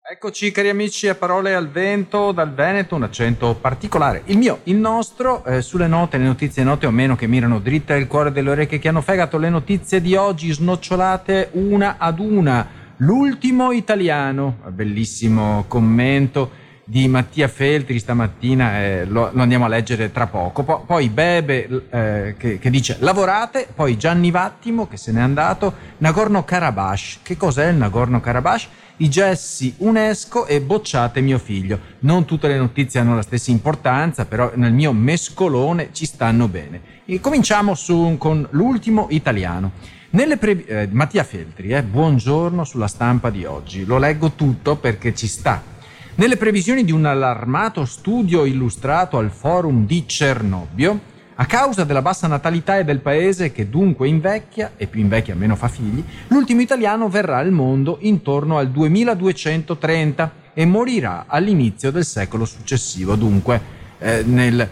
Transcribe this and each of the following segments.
Eccoci cari amici a Parole al Vento dal Veneto, un accento particolare, il mio, il nostro, sulle note, le notizie note o meno che mirano dritte al cuore delle orecchie che hanno fegato, le notizie di oggi snocciolate una ad una. L'ultimo italiano, bellissimo commento di Mattia Feltri stamattina, lo andiamo a leggere tra poco. Poi Bebe che dice lavorate, poi Gianni Vattimo che se n'è andato, Nagorno-Karabakh. Che cos'è il Nagorno-Karabakh? I gessi UNESCO e bocciate mio figlio. Non tutte le notizie hanno la stessa importanza, però nel mio mescolone ci stanno bene. E cominciamo con l'ultimo italiano. Mattia Feltri, buongiorno sulla Stampa di oggi. Lo leggo tutto perché ci sta. Nelle previsioni di un allarmato studio illustrato al forum di Cernobbio, a causa della bassa natalità e del paese che dunque invecchia, e più invecchia meno fa figli, l'ultimo italiano verrà al mondo intorno al 2230 e morirà all'inizio del secolo successivo, dunque nel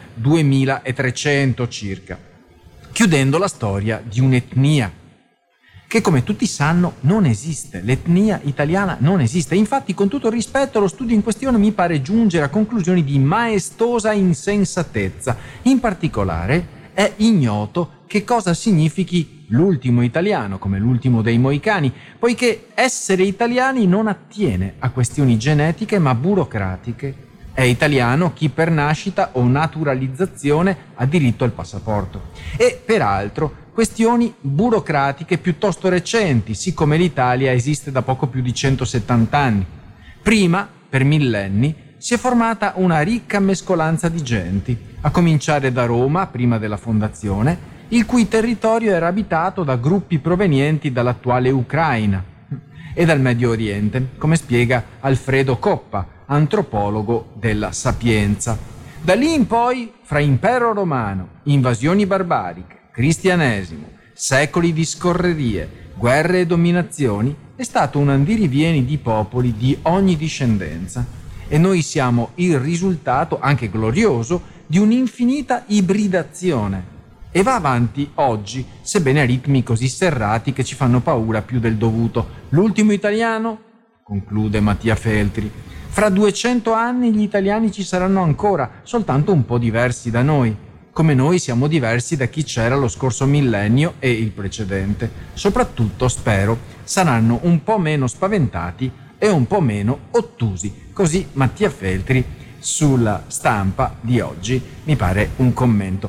2300 circa, chiudendo la storia di un'etnia che, come tutti sanno, non esiste. L'etnia italiana non esiste. Infatti, con tutto il rispetto, lo studio in questione mi pare giungere a conclusioni di maestosa insensatezza. In particolare, è ignoto che cosa significhi l'ultimo italiano, come l'ultimo dei Moicani, poiché essere italiani non attiene a questioni genetiche ma burocratiche. È italiano chi per nascita o naturalizzazione ha diritto al passaporto. E, peraltro, questioni burocratiche piuttosto recenti, siccome l'Italia esiste da poco più di 170 anni. Prima, per millenni, si è formata una ricca mescolanza di genti, a cominciare da Roma, prima della fondazione, il cui territorio era abitato da gruppi provenienti dall'attuale Ucraina e dal Medio Oriente, come spiega Alfredo Coppa, antropologo della Sapienza. Da lì in poi, fra impero romano, invasioni barbariche, cristianesimo, secoli di scorrerie, guerre e dominazioni, è stato un andirivieni di popoli di ogni discendenza. E noi siamo il risultato, anche glorioso, di un'infinita ibridazione. E va avanti oggi, sebbene a ritmi così serrati che ci fanno paura più del dovuto. L'ultimo italiano? Conclude Mattia Feltri. Fra 200 anni gli italiani ci saranno ancora, soltanto un po' diversi da noi, come noi siamo diversi da chi c'era lo scorso millennio e il precedente. Soprattutto, spero, saranno un po' meno spaventati e un po' meno ottusi. Così Mattia Feltri sulla Stampa di oggi. Mi pare un commento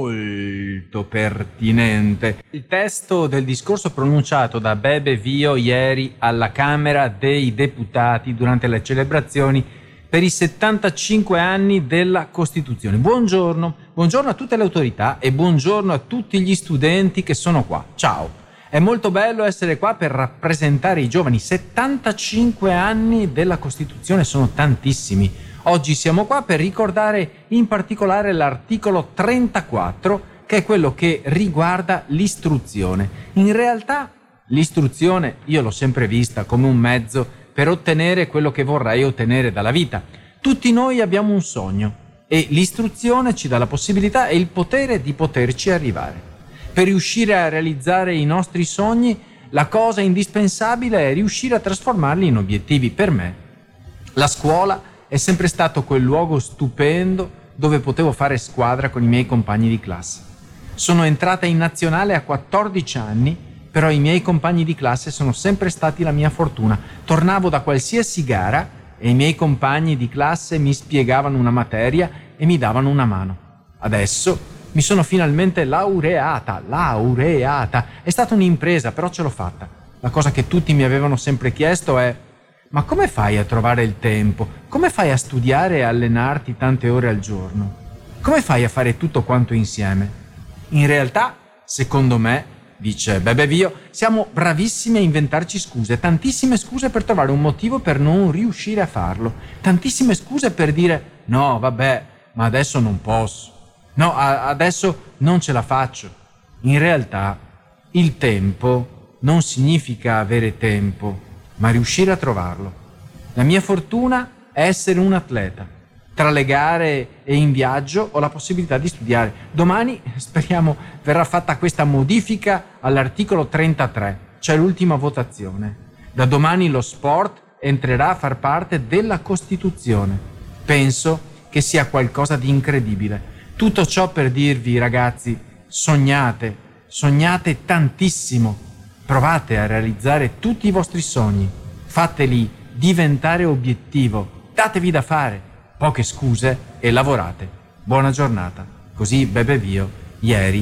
molto pertinente. Il testo del discorso pronunciato da Bebe Vio ieri alla Camera dei Deputati durante le celebrazioni per i 75 anni della Costituzione. Buongiorno a tutte le autorità e buongiorno a tutti gli studenti che sono qua. Ciao, è molto bello essere qua per rappresentare i giovani. 75 anni della Costituzione sono tantissimi. Oggi siamo qua per ricordare in particolare l'articolo 34, che è quello che riguarda l'istruzione. In realtà l'istruzione io l'ho sempre vista come un mezzo per ottenere quello che vorrei ottenere dalla vita. Tutti noi abbiamo un sogno e l'istruzione ci dà la possibilità e il potere di poterci arrivare. Per riuscire a realizzare i nostri sogni, la cosa indispensabile è riuscire a trasformarli in obiettivi. Per me, la scuola è sempre stato quel luogo stupendo dove potevo fare squadra con i miei compagni di classe. Sono entrata in nazionale a 14 anni, però i miei compagni di classe sono sempre stati la mia fortuna. Tornavo da qualsiasi gara e i miei compagni di classe mi spiegavano una materia e mi davano una mano. Adesso mi sono finalmente laureata. È stata un'impresa, però ce l'ho fatta. La cosa che tutti mi avevano sempre chiesto è: ma come fai a trovare il tempo? Come fai a studiare e allenarti tante ore al giorno? Come fai a fare tutto quanto insieme? In realtà, secondo me, dice Bebe Vio, siamo bravissimi a inventarci scuse, tantissime scuse per trovare un motivo per non riuscire a farlo, tantissime scuse per dire no, vabbè, ma adesso non posso, no, adesso non ce la faccio. In realtà il tempo non significa avere tempo, ma riuscire a trovarlo. La mia fortuna è essere un atleta. Tra le gare e in viaggio ho la possibilità di studiare. Domani, speriamo, verrà fatta questa modifica all'articolo 33, cioè l'ultima votazione. Da domani lo sport entrerà a far parte della Costituzione. Penso che sia qualcosa di incredibile. Tutto ciò per dirvi, ragazzi, sognate tantissimo, provate a realizzare tutti i vostri sogni, fateli diventare obiettivo, datevi da fare, poche scuse e lavorate. Buona giornata. Così Bebe Vio ieri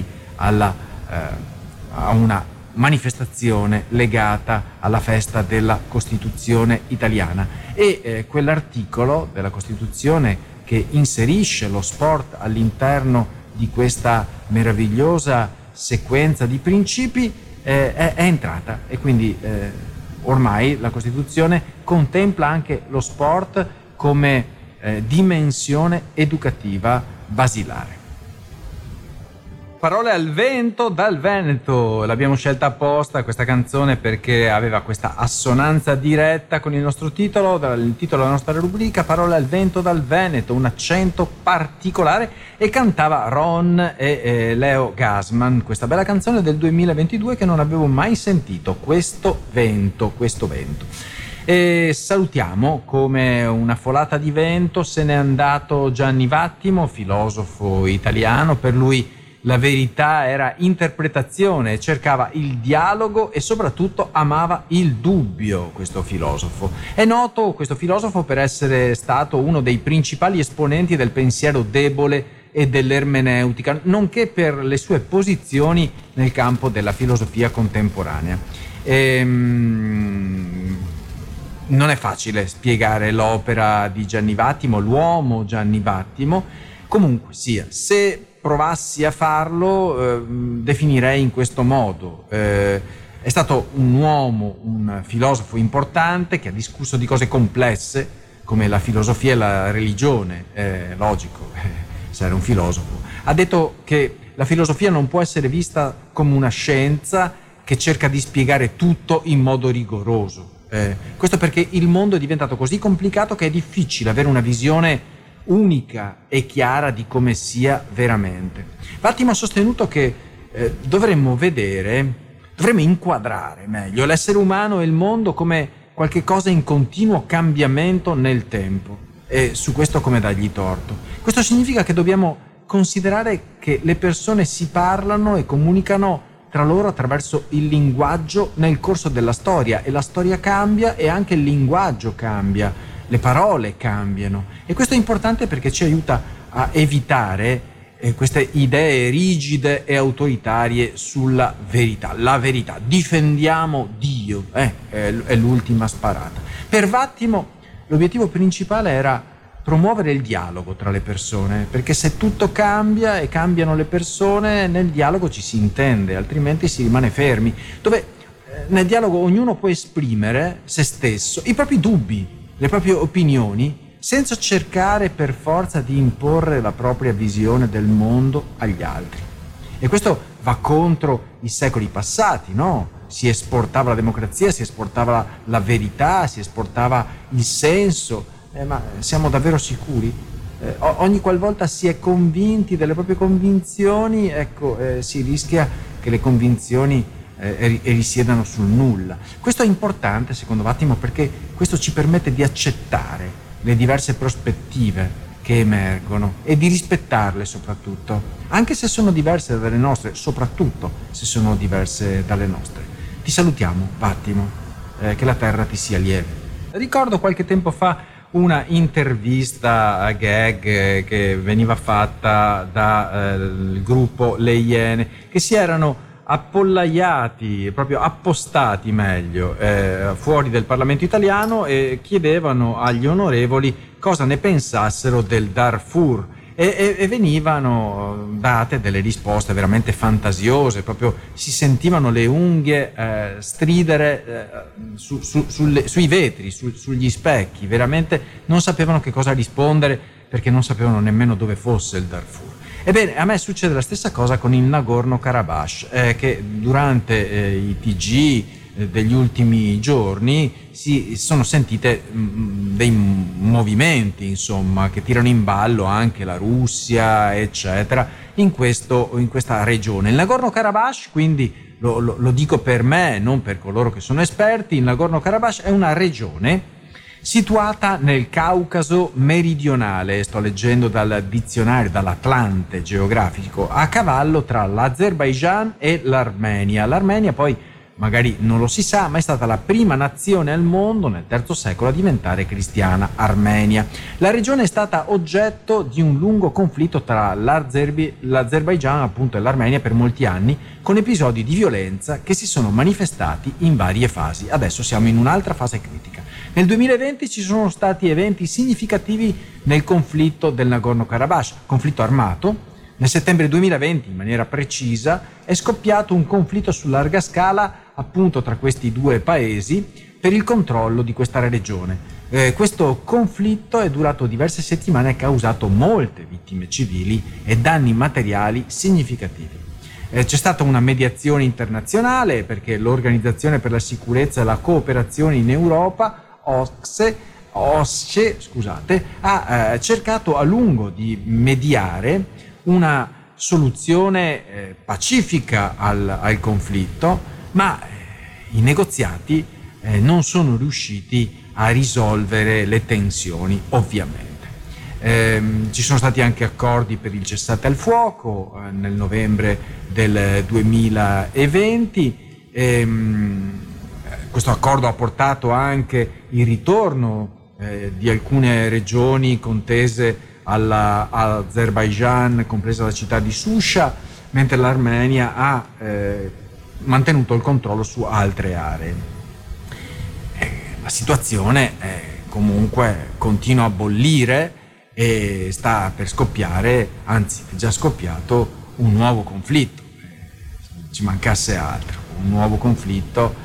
a una manifestazione legata alla festa della Costituzione italiana e quell'articolo della Costituzione che inserisce lo sport all'interno di questa meravigliosa sequenza di principi è entrata, e quindi ormai la Costituzione contempla anche lo sport come dimensione educativa basilare. Parole al vento dal Veneto. L'abbiamo scelta apposta questa canzone perché aveva questa assonanza diretta con il nostro titolo, il titolo della nostra rubrica, Parole al vento dal Veneto, un accento particolare, e cantava Ron e Leo Gasman, questa bella canzone del 2022 che non avevo mai sentito, Questo vento. E salutiamo, come una folata di vento se n'è andato Gianni Vattimo, filosofo italiano. Per lui la verità era interpretazione, cercava il dialogo e soprattutto amava il dubbio, questo filosofo. È noto questo filosofo per essere stato uno dei principali esponenti del pensiero debole e dell'ermeneutica, nonché per le sue posizioni nel campo della filosofia contemporanea. Non è facile spiegare l'opera di Gianni Vattimo, l'uomo Gianni Vattimo. Comunque sia, se provassi a farlo, definirei in questo modo. È stato un uomo, un filosofo importante che ha discusso di cose complesse come la filosofia e la religione. Logico, se era un filosofo. Ha detto che la filosofia non può essere vista come una scienza che cerca di spiegare tutto in modo rigoroso. Questo perché il mondo è diventato così complicato che è difficile avere una visione unica e chiara di come sia veramente. Vattimo ha sostenuto che dovremmo inquadrare meglio l'essere umano e il mondo come qualche cosa in continuo cambiamento nel tempo, e su questo come dargli torto. Questo significa che dobbiamo considerare che le persone si parlano e comunicano tra loro attraverso il linguaggio nel corso della storia, e la storia cambia e anche il linguaggio cambia, le parole cambiano, e questo è importante perché ci aiuta a evitare queste idee rigide e autoritarie sulla verità. La verità, difendiamo Dio, è l'ultima sparata. Per Vattimo l'obiettivo principale era promuovere il dialogo tra le persone, perché se tutto cambia e cambiano le persone, nel dialogo ci si intende, altrimenti si rimane fermi, dove nel dialogo ognuno può esprimere se stesso, i propri dubbi, le proprie opinioni, senza cercare per forza di imporre la propria visione del mondo agli altri. E questo va contro i secoli passati, no? Si esportava la democrazia, si esportava la verità, si esportava il senso. Ma siamo davvero sicuri? Ogni qualvolta si è convinti delle proprie convinzioni, si rischia che le convinzioni risiedano sul nulla. Questo è importante secondo Vattimo perché questo ci permette di accettare le diverse prospettive che emergono e di rispettarle soprattutto, anche se sono diverse dalle nostre, soprattutto se sono diverse dalle nostre. Ti salutiamo, Vattimo, che la terra ti sia lieve. Ricordo qualche tempo fa una intervista a gag che veniva fatta dal gruppo Le Iene, che si erano appollaiati, proprio appostati meglio, fuori del Parlamento italiano, e chiedevano agli onorevoli cosa ne pensassero del Darfur, e venivano date delle risposte veramente fantasiose, proprio si sentivano le unghie stridere sui vetri, sugli specchi, veramente non sapevano che cosa rispondere perché non sapevano nemmeno dove fosse il Darfur. Ebbene, a me succede la stessa cosa con il Nagorno-Karabakh, che durante i TG degli ultimi giorni si sono sentite dei movimenti, insomma, che tirano in ballo anche la Russia, eccetera, in questa regione. Il Nagorno-Karabakh, quindi lo dico per me, non per coloro che sono esperti, il Nagorno-Karabakh è una regione situata nel Caucaso meridionale, sto leggendo dal dizionario, dall'Atlante geografico, a cavallo tra l'Azerbaigian e l'Armenia. L'Armenia poi, magari non lo si sa, ma è stata la prima nazione al mondo nel III secolo a diventare cristiana, Armenia. La regione è stata oggetto di un lungo conflitto tra l'Azerbaigian, appunto, e l'Armenia per molti anni, con episodi di violenza che si sono manifestati in varie fasi. Adesso siamo in un'altra fase critica. Nel 2020 ci sono stati eventi significativi nel conflitto del Nagorno-Karabakh, conflitto armato. Nel settembre 2020, in maniera precisa, è scoppiato un conflitto su larga scala appunto tra questi due paesi per il controllo di questa regione. Questo conflitto è durato diverse settimane e ha causato molte vittime civili e danni materiali significativi. C'è stata una mediazione internazionale perché l'Organizzazione per la sicurezza e la cooperazione in Europa, OSCE, ha cercato a lungo di mediare una soluzione pacifica al conflitto, ma i negoziati non sono riusciti a risolvere le tensioni, ovviamente. Ci sono stati anche accordi per il cessate al fuoco nel novembre del 2020. Questo accordo ha portato anche il ritorno di alcune regioni contese all'Azerbaigian, compresa la città di Shusha, mentre l'Armenia ha mantenuto il controllo su altre aree. La situazione comunque continua a bollire e sta per scoppiare, anzi è già scoppiato, un nuovo conflitto. Ci mancasse altro, un nuovo conflitto.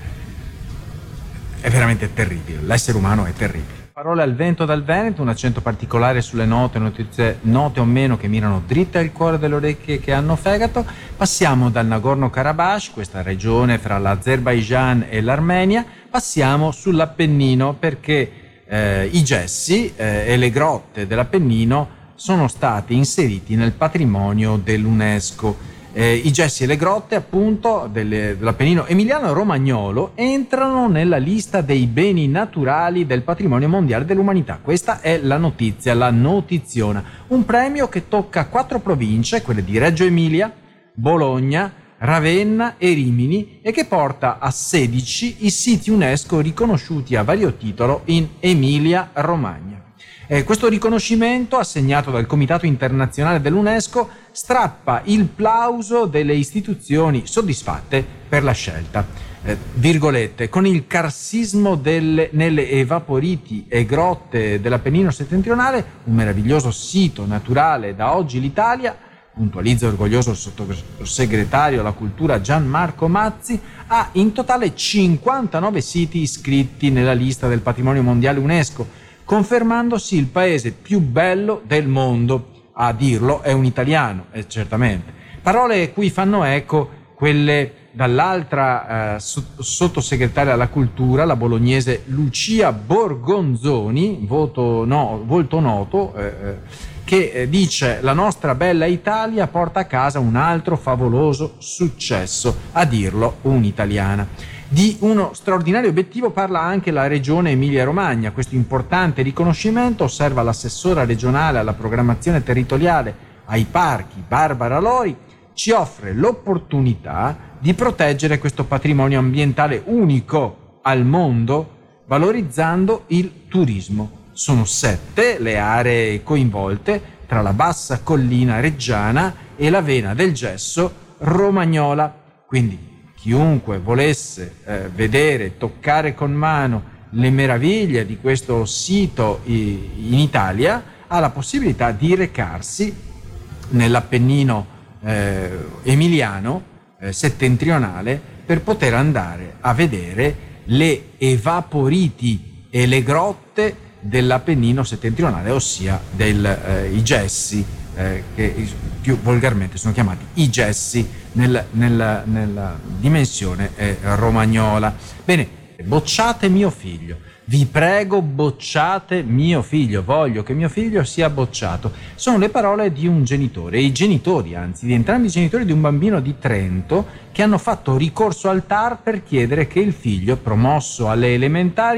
È veramente terribile, l'essere umano è terribile. Parole al vento dal Veneto, un accento particolare sulle notizie note o meno che mirano dritte al cuore delle orecchie che hanno fegato. Passiamo dal Nagorno-Karabakh, questa regione fra l'Azerbaigian e l'Armenia, passiamo sull'Appennino perché i gessi e le grotte dell'Appennino sono stati inseriti nel patrimonio dell'UNESCO. I gessi e le grotte, appunto, dell'Appennino emiliano-romagnolo entrano nella lista dei beni naturali del patrimonio mondiale dell'umanità. Questa è la notizia, la notiziona. Un premio che tocca 4 province, quelle di Reggio Emilia, Bologna, Ravenna e Rimini, e che porta a 16 i siti UNESCO riconosciuti a vario titolo in Emilia-Romagna. Questo riconoscimento, assegnato dal Comitato Internazionale dell'UNESCO, strappa il plauso delle istituzioni soddisfatte per la scelta. Virgolette, con il carsismo nelle evaporiti e grotte dell'Appennino settentrionale, un meraviglioso sito naturale da oggi l'Italia, puntualizza orgoglioso il sottosegretario alla cultura Gianmarco Mazzi, ha in totale 59 siti iscritti nella lista del patrimonio mondiale UNESCO, confermandosi il paese più bello del mondo. A dirlo è un italiano, certamente. Parole cui fanno eco quelle dall'altra sottosegretaria alla cultura, la bolognese Lucia Borgonzoni, volto noto, che dice: la nostra bella Italia porta a casa un altro favoloso successo. A dirlo un'italiana. Di uno straordinario obiettivo parla anche la regione Emilia-Romagna. Questo importante riconoscimento, osserva l'assessora regionale alla programmazione territoriale ai parchi Barbara Lori, ci offre l'opportunità di proteggere questo patrimonio ambientale unico al mondo, valorizzando il turismo. Sono 7 le aree coinvolte tra la bassa collina reggiana e la vena del gesso romagnola. Quindi chiunque volesse vedere, toccare con mano le meraviglie di questo sito in Italia ha la possibilità di recarsi nell'Appennino emiliano settentrionale per poter andare a vedere le evaporiti e le grotte dell'Appennino settentrionale, ossia i gessi, che più volgarmente sono chiamati i gessi nella dimensione romagnola. Bene, bocciate mio figlio, vi prego, bocciate mio figlio, voglio che mio figlio sia bocciato. Sono le parole di un genitore, di entrambi i genitori di un bambino di Trento che hanno fatto ricorso al TAR per chiedere che il figlio, promosso alle elementari,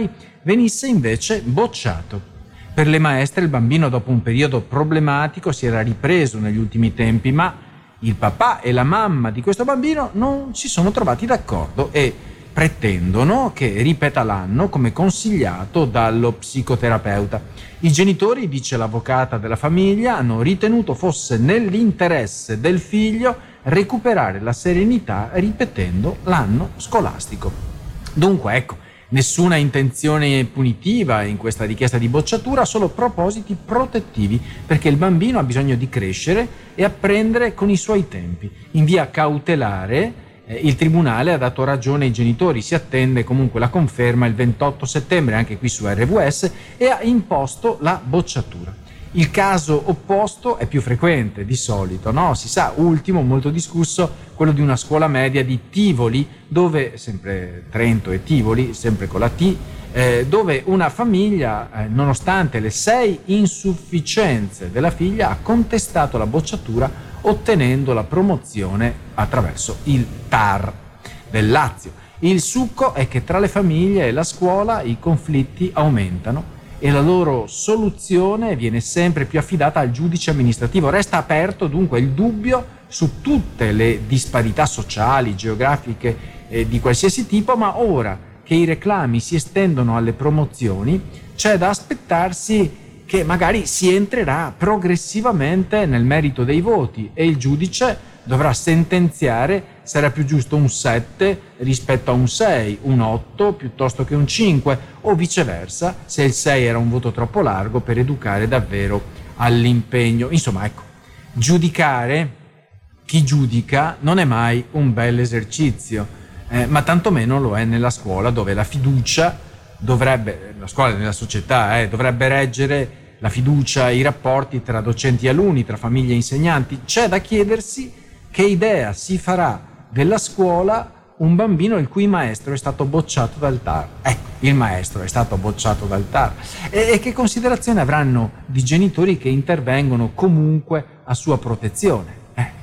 venisse invece bocciato. Per le maestre il bambino, dopo un periodo problematico, si era ripreso negli ultimi tempi, ma il papà e la mamma di questo bambino non si sono trovati d'accordo e pretendono che ripeta l'anno come consigliato dallo psicoterapeuta. I genitori, dice l'avvocata della famiglia, hanno ritenuto fosse nell'interesse del figlio recuperare la serenità ripetendo l'anno scolastico. Dunque, ecco, nessuna intenzione punitiva in questa richiesta di bocciatura, solo propositi protettivi, perché il bambino ha bisogno di crescere e apprendere con i suoi tempi. In via cautelare il tribunale ha dato ragione ai genitori, si attende comunque la conferma il 28 settembre, anche qui su RWS, e ha imposto la bocciatura. Il caso opposto è più frequente di solito, no? Si sa, ultimo, molto discusso, quello di una scuola media di Tivoli, dove, sempre Trento e Tivoli, sempre con la T, dove una famiglia, nonostante le 6 insufficienze della figlia, ha contestato la bocciatura ottenendo la promozione attraverso il TAR del Lazio. Il succo è che tra le famiglie e la scuola i conflitti aumentano e la loro soluzione viene sempre più affidata al giudice amministrativo. Resta aperto dunque il dubbio su tutte le disparità sociali, geografiche di qualsiasi tipo, ma ora che i reclami si estendono alle promozioni c'è da aspettarsi che magari si entrerà progressivamente nel merito dei voti e il giudice dovrà sentenziare se era più giusto un 7 rispetto a un 6, un 8 piuttosto che un 5, o viceversa, se il 6 era un voto troppo largo per educare davvero all'impegno. Insomma, ecco, giudicare, chi giudica, non è mai un bel esercizio, ma tantomeno lo è nella scuola, dove la fiducia dovrebbe, la scuola nella società, dovrebbe reggere la fiducia, i rapporti tra docenti e alunni, tra famiglie e insegnanti. C'è da chiedersi che idea si farà della scuola un bambino il cui maestro è stato bocciato dal TAR. Ecco, il maestro è stato bocciato dal TAR. E che considerazione avranno di genitori che intervengono comunque a sua protezione?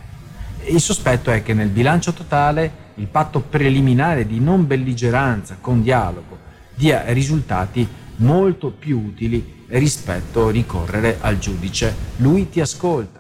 Il sospetto è che nel bilancio totale il patto preliminare di non belligeranza con dialogo dia risultati molto più utili rispetto a ricorrere al giudice. Lui ti ascolta.